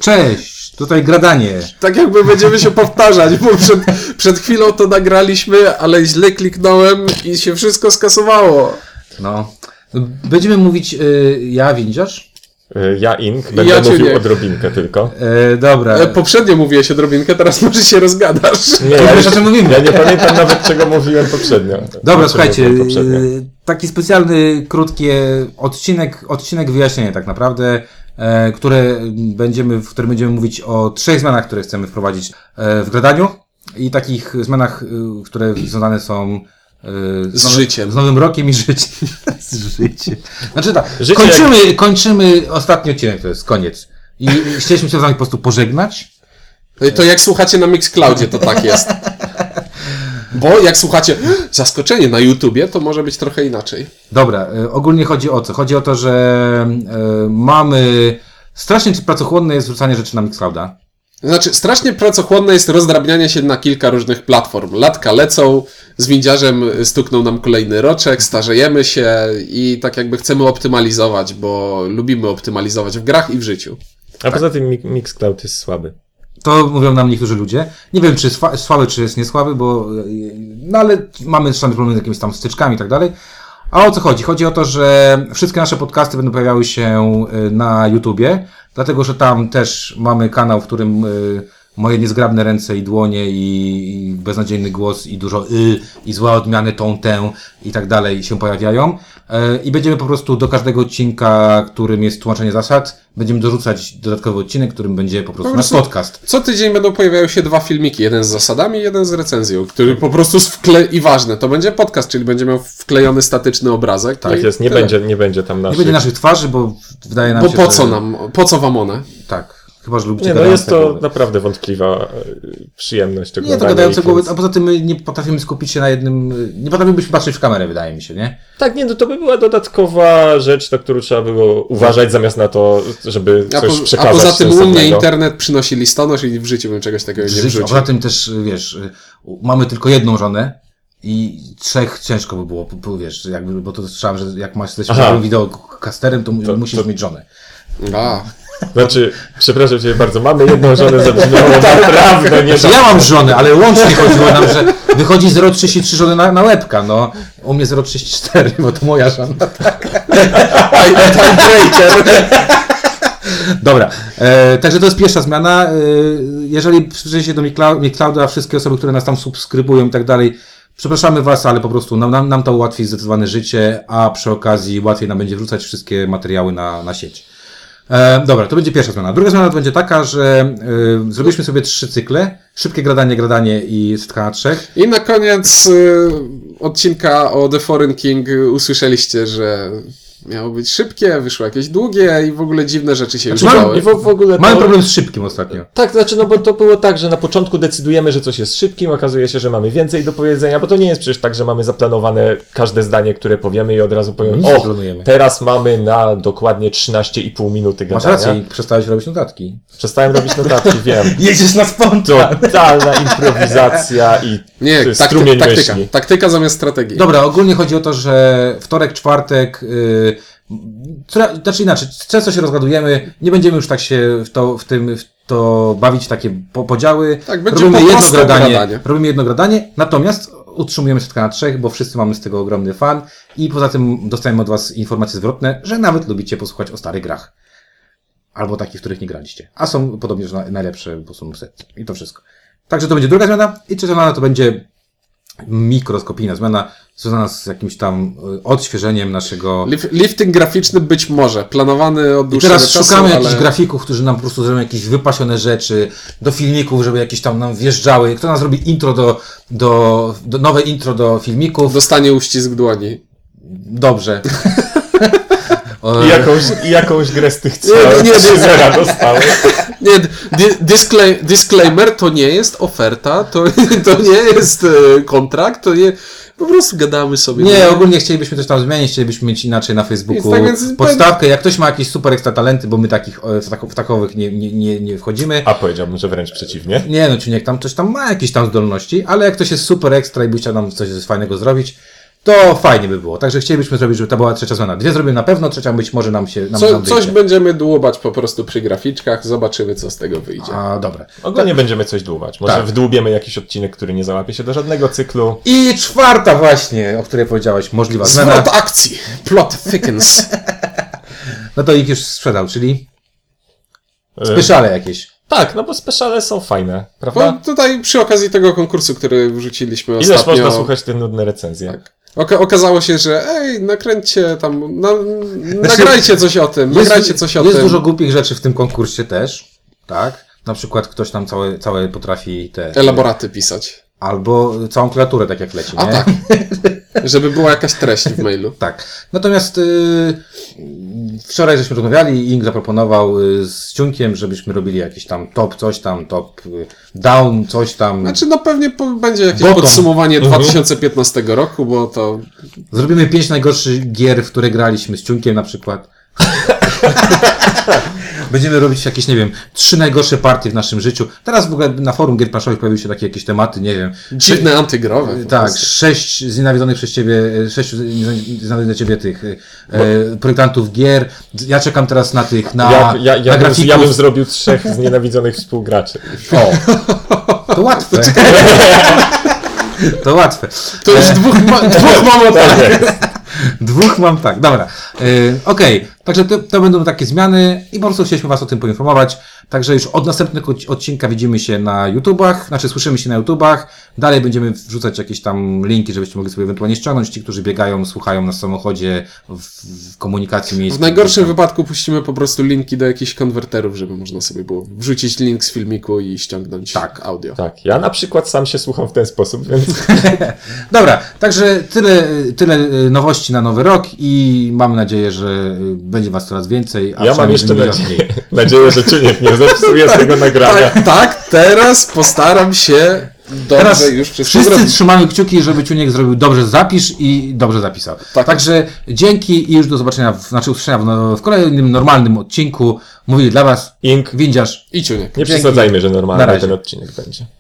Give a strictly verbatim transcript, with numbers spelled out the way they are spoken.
Cześć, tutaj Gradanie. Tak jakby będziemy się powtarzać, bo przed, przed chwilą to nagraliśmy, ale źle kliknąłem i się wszystko skasowało. No, będziemy mówić, y, ja, Windziarz? Ja Ink, będę ja mówił nie. odrobinkę tylko. E, dobra. E, poprzednio mówiłeś odrobinkę, teraz może się rozgadasz. Nie, Ja ja, wiesz, o czym mówimy. ja nie pamiętam nawet, czego mówiłem poprzednio. Dobra, O czym słuchajcie, mówiłem poprzednio. y, taki specjalny, krótki odcinek, odcinek wyjaśnienia tak naprawdę, e, które będziemy, w którym będziemy mówić o trzech zmianach, które chcemy wprowadzić e, w Gradaniu i takich zmianach, y, które związane są y, Z nowy- życiem. Z nowym rokiem i życiem. z życiem. Znaczy tak, Życie kończymy, kończymy ostatni odcinek, to jest koniec. I chcieliśmy się z wami po prostu pożegnać. To jak słuchacie na Mixcloudzie, to tak jest. Bo jak słuchacie zaskoczenie na YouTubie, to może być trochę inaczej. Dobra, y, ogólnie chodzi o co? Chodzi o to, że y, mamy... Strasznie pracochłonne jest wrzucanie rzeczy na Mixclouda. Znaczy, strasznie pracochłonne jest rozdrabnianie się na kilka różnych platform. Latka lecą, z windziarzem stuknął nam kolejny roczek, starzejemy się i tak jakby chcemy optymalizować, bo lubimy optymalizować w grach i w życiu. A poza tym Mi- Mixcloud jest słaby. To mówią nam niektórzy ludzie. Nie wiem, czy sła- słaby, czy jest niesłaby, bo... y, No ale mamy czasami problemy z jakimiś tam styczkami i tak dalej. A o co chodzi? Chodzi o to, że wszystkie nasze podcasty będą pojawiały się y, na YouTubie, dlatego, że tam też mamy kanał, w którym y, moje niezgrabne ręce i dłonie i, i beznadziejny głos i dużo y i złe odmiany tą, tę i tak dalej się pojawiają. Y, I będziemy po prostu do każdego odcinka, którym jest tłumaczenie zasad, będziemy dorzucać dodatkowy odcinek, którym będzie po prostu Po nasz prostu- podcast. Co tydzień będą pojawiały się dwa filmiki, jeden z zasadami, jeden z recenzją, który po prostu jest wkle... i ważne, to będzie podcast, czyli będzie miał wklejony statyczny obrazek. Tak i jest, nie tyle. będzie, nie będzie tam Nie naszych... będzie naszych twarzy, bo wydaje nam Bo się, po że... co nam, po co wam one? Tak. Chyba, że lubicie Nie, no gadające jest to głowy. naprawdę wątpliwa e, przyjemność Nie, to oglądania gadające ich, głowy, więc- a poza tym my nie potrafimy skupić się na jednym... Nie potrafilibyśmy patrzeć w kamerę, wydaje mi się, nie? Tak, nie, no to by była dodatkowa rzecz, na którą trzeba było uważać, zamiast na to, żeby A, coś po, a przekazać poza tym u mnie sensownego. internet przynosi listonosz i w życiu bym czegoś takiego nie Życie. A wrzucił. poza tym też, wiesz, mamy tylko jedną żonę i trzech ciężko by było, bo, wiesz, jakby, bo to słyszałem, że jak masz jesteś Aha. wideokasterem, to, mu- To- musisz to- mieć żonę. A, Znaczy, przepraszam cię bardzo, mamy jedną żonę, zabrzmiało naprawdę nie Znaczy, ja mam żonę, ale łącznie chodziło nam, że wychodzi zero przecinek trzydzieści trzy żony na, na łebka, no. U mnie zero przecinek trzydzieści cztery, bo to moja żona. tiebreaker. Dobra, e, także to jest pierwsza zmiana. E, jeżeli przyjdziecie do Mixclou- Mixclouda, wszystkie osoby, które nas tam subskrybują i tak dalej, przepraszamy was, ale po prostu nam, nam, nam to ułatwi zdecydowane życie, a przy okazji łatwiej nam będzie wrzucać wszystkie materiały na, na sieć. E, dobra, to będzie pierwsza zmiana. Druga zmiana to będzie taka, że e, zrobiliśmy sobie trzy cykle. Szybkie gradanie, gradanie i setka na trzech. I na koniec y, odcinka o The Foreign King usłyszeliście, że miało być szybkie, wyszło jakieś długie i w ogóle dziwne rzeczy się Znaczy, już mam- działy. I w, w ogóle Mamy to... problem z szybkim ostatnio. Tak, znaczy, no bo to było tak, że na początku decydujemy, że coś jest szybkim, okazuje się, że mamy więcej do powiedzenia, bo to nie jest przecież tak, że mamy zaplanowane każde zdanie, które powiemy i od razu powiemy, Nic o, nie planujemy. teraz mamy na dokładnie trzynaście i pół minuty Masz gadania. rację, przestałeś robić notatki. Przestałem robić notatki, wiem. Jedziesz na spontan. Totalna improwizacja i Nie, takty, strumień taktyka. myśli. Taktyka zamiast strategii. Dobra, ogólnie chodzi o to, że wtorek, czwartek, yy, tra- znaczy inaczej, często się rozgadujemy, nie będziemy już tak się w to, w tym, w to bawić w takie po- podziały. Tak, będzie robimy po jedno prostu gradanie, gradanie. robimy jedno gradanie, natomiast utrzymujemy setka na trzech, bo wszyscy mamy z tego ogromny fan i poza tym dostajemy od was informacje zwrotne, że nawet lubicie posłuchać o starych grach. Albo takich, w których nie graliście. A są podobnie, że na, najlepsze po prostu setce. I to wszystko. Także to będzie druga zmiana. I trzecia zmiana to będzie mikroskopijna zmiana związana z jakimś tam y, odświeżeniem naszego... Lif- Lifting graficzny być może, planowany od I dłuższego teraz czasu, szukamy ale... jakichś grafików, którzy nam po prostu zrobią jakieś wypasione rzeczy do filmików, żeby jakieś tam nam wjeżdżały. Kto nam zrobi intro do, do, do nowe intro do filmików? Dostanie uścisk dłoni. Dobrze. O, I jakąś, i jakąś grę z tych Nie, nie, nie. trzy zera dostały. Nie, di- disclaim- disclaimer, to nie jest oferta, to, to nie jest e, kontrakt, to nie... Po prostu gadamy sobie. Nie, ogólnie chcielibyśmy coś tam zmienić, chcielibyśmy mieć inaczej na Facebooku Więc tak więc- podstawkę. Jak ktoś ma jakieś super ekstra talenty, bo my takich e, w tak- w takowych nie, nie, nie, nie wchodzimy. A powiedziałbym, że wręcz przeciwnie. Nie no, Ciuniek tam coś tam ma jakieś tam zdolności, ale jak ktoś jest super ekstra i by chciał nam coś fajnego zrobić, to fajnie by było. Także chcielibyśmy zrobić, żeby to była trzecia zmiana. Dwie zrobimy na pewno, trzecia być może nam się nam, Co, nam coś wyjdzie. będziemy dłubać po prostu przy graficzkach, zobaczymy co z tego wyjdzie. A, dobra. Ogólnie będziemy coś dłubać. Może Tak. wdłubiemy jakiś odcinek, który nie załapie się do żadnego cyklu. I czwarta właśnie, o której powiedziałeś, możliwa zmiana. Zwrot akcji. Plot thickens. No to ich już sprzedał, czyli E, speszale jakieś. Tak, no bo speciale są fajne, Bo prawda? tutaj przy okazji tego konkursu, który wrzuciliśmy Ileż ostatnio... można słuchać te nudne recenzje? Tak. Oka- okazało się, że ej, nakręćcie tam, na, nagrajcie coś o tym, nagrajcie coś o jest tym. dużo głupich rzeczy w tym konkursie też, tak? Na przykład ktoś tam całe, całe potrafi te... Elaboraty pisać. Albo całą klawiaturę tak jak leci, A nie? tak. Żeby była jakaś treść w mailu. Tak. Natomiast y, wczoraj żeśmy rozmawiali i Ink zaproponował y, z Ciunkiem, żebyśmy robili jakiś tam top coś tam, top y, down coś tam. Znaczy no pewnie po, będzie jakieś Bottom. podsumowanie dwa tysiące piętnastego roku, bo to... Zrobimy pięć najgorszych gier, w które graliśmy z Ciunkiem na przykład. Będziemy robić jakieś, nie wiem, trzy najgorsze partie w naszym życiu. Teraz w ogóle na forum gier planszowych pojawiły się takie jakieś tematy, nie wiem. Dziwne antygrowe. po Tak, prostu. sześć znienawidzonych przez ciebie, sześciu znienawidzonych ciebie tych e, projektantów gier. Ja czekam teraz na tych, na, Ja, ja, ja, na bym, grafików. ja bym zrobił trzech znienawidzonych współgraczy. O, to łatwe. To łatwe. To już dwóch, ma, dwóch mam o tak. Dwóch mam tak, dobra. Yy, Okej, okay. Także to, to będą takie zmiany i po prostu chcieliśmy was o tym poinformować. Także już od następnego odcinka widzimy się na YouTubach, znaczy słyszymy się na YouTubach. Dalej będziemy wrzucać jakieś tam linki, żebyście mogli sobie ewentualnie ściągnąć. Ci, którzy biegają, słuchają na samochodzie, w, w komunikacji miejskiej. W najgorszym wypadku puścimy po prostu linki do jakichś konwerterów, żeby można sobie było wrzucić link z filmiku i ściągnąć Tak. audio. Tak, ja na przykład sam się słucham w ten sposób, więc Dobra, także tyle, tyle nowości na nowy rok i mam nadzieję, że będzie was coraz więcej. A ja mam przynajmniej, jeszcze że nie nadzieję, mniej. nadzieję, że Czuniek nie zepsuje tego nagrania. Tak, tak, teraz postaram się dobrze Teraz już wszystko wszyscy zrobić. trzymamy kciuki, żeby Ciuniek zrobił dobrze zapisz i dobrze zapisał. Tak. Także dzięki i już do zobaczenia, w, znaczy usłyszenia w, no, w kolejnym normalnym odcinku. Mówili dla was Ink, Windziarz. I Ciuniek. nie Dzięki. przesadzajmy, że Na normalny razie. ten odcinek będzie.